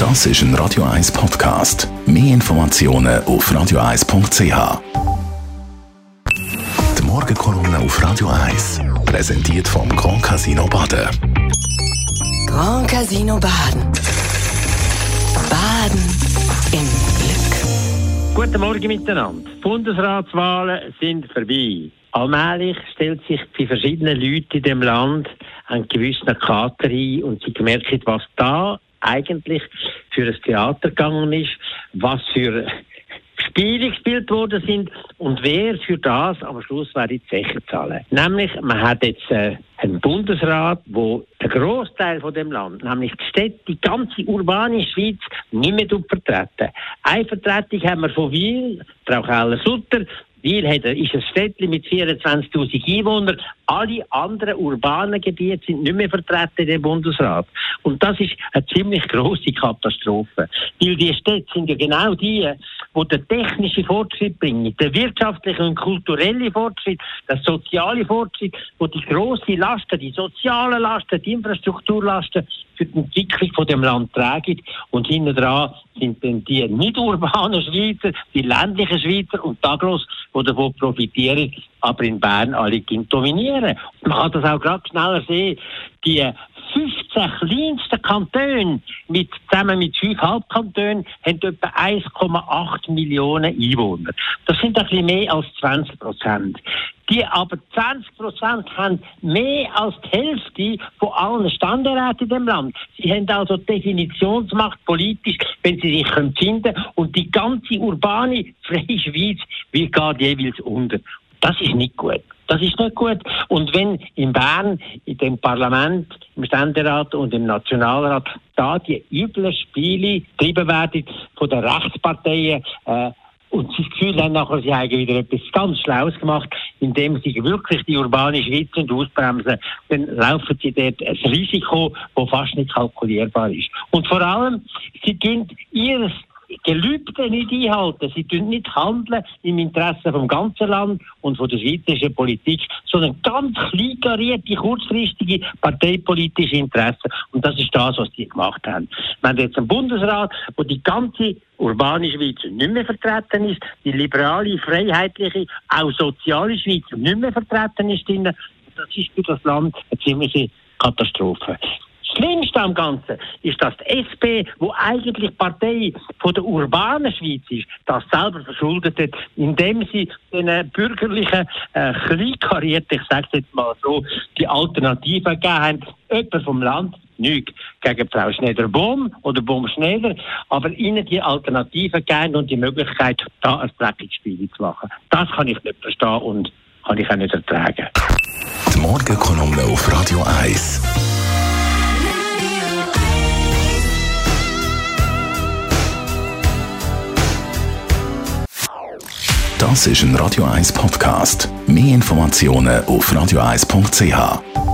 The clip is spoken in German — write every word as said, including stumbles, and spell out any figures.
Das ist ein Radio eins Podcast. Mehr Informationen auf radio eins punkt c h. Die Morgenkolumne auf Radio eins. Präsentiert vom Grand Casino Baden. Grand Casino Baden. Baden im Glück. Guten Morgen miteinander. Die Bundesratswahlen sind vorbei. Allmählich stellt sich bei verschiedenen Leuten in dem Land ein gewisser Kater ein und sie merken, was da eigentlich für ein Theater gegangen ist, was für Spiele gespielt worden sind und wer für das am Schluss werde die Zeche zahlen. Nämlich, man hat jetzt äh, einen Bundesrat, wo der Grossteil von dem Land, nämlich die Städte, die ganze urbane Schweiz, nicht mehr vertreten. Eine Vertretung haben wir von Wil, Frau Keller-Sutter. Wil hat, ist ein Städtchen mit vierundzwanzigtausend Einwohnern. Alle anderen urbanen Gebiete sind nicht mehr vertreten in dem Bundesrat. Und das ist eine ziemlich grosse Katastrophe. Weil die Städte sind ja genau die, die den technischen Fortschritt bringen, den wirtschaftlichen und kulturellen Fortschritt, den sozialen Fortschritt, wo die grossen Lasten, die sozialen Lasten, die Infrastrukturlasten für die Entwicklung von dem Land tragen. Und hinten dran sind dann die nicht urbanen Schweizer, die ländlichen Schweizer und Taglos, die davon profitieren, aber in Bern alle dominieren. Man kann das auch gerade schneller sehen. Die fünfzehn kleinsten Kantone mit, zusammen mit fünf Halbkantonen haben etwa eins Komma acht Millionen Einwohner. Das sind ein bisschen mehr als zwanzig Prozent. Die aber zwanzig Prozent haben mehr als die Hälfte von allen Ständeräten in dem Land. Sie haben also Definitionsmacht politisch, wenn sie sich finden können. Und die ganze urbane freie Schweiz wird gerade jeweils unter. Das ist nicht gut. Das ist nicht gut. Und wenn in Bern, in dem Parlament, im Ständerat und im Nationalrat da die üblen Spiele getrieben werden von den Rechtsparteien, äh, und sie das Gefühl haben, nachher, sie haben wieder etwas ganz Schlaues gemacht, indem sie wirklich die urbane Schweiz ausbremsen, dann laufen sie dort ein Risiko, das fast nicht kalkulierbar ist. Und vor allem, sie tun ihr Gelübde nicht einhalten. Sie tun nicht handeln im Interesse vom ganzen Land und von der schweizerischen Politik, sondern ganz kleinkarierte, kurzfristige parteipolitische Interessen. Und das ist das, was die gemacht haben. Wir haben jetzt einen Bundesrat, wo die ganze urbane Schweiz nicht mehr vertreten ist, die liberale, freiheitliche, auch soziale Schweiz nicht mehr vertreten ist. Das ist für das Land eine ziemliche Katastrophe. Das Schlimmste am Ganzen ist, dass die S P, die eigentlich Partei von der urbanen Schweiz ist, das selber verschuldet hat, indem sie den bürgerlichen, äh, kleinkarierten, ich sage es jetzt mal so, die Alternative gegeben haben, jemand vom Land, nichts gegen Frau Schneider-Bohm oder Bohm-Schneider, aber ihnen die Alternative gegeben und die Möglichkeit, da ein dreckiges Spiel zu machen. Das kann ich nicht verstehen und kann ich auch nicht ertragen. Die Morgenkolumne auf Radio eins. Das ist ein Radio eins Podcast. Mehr Informationen auf radio eins punkt c h.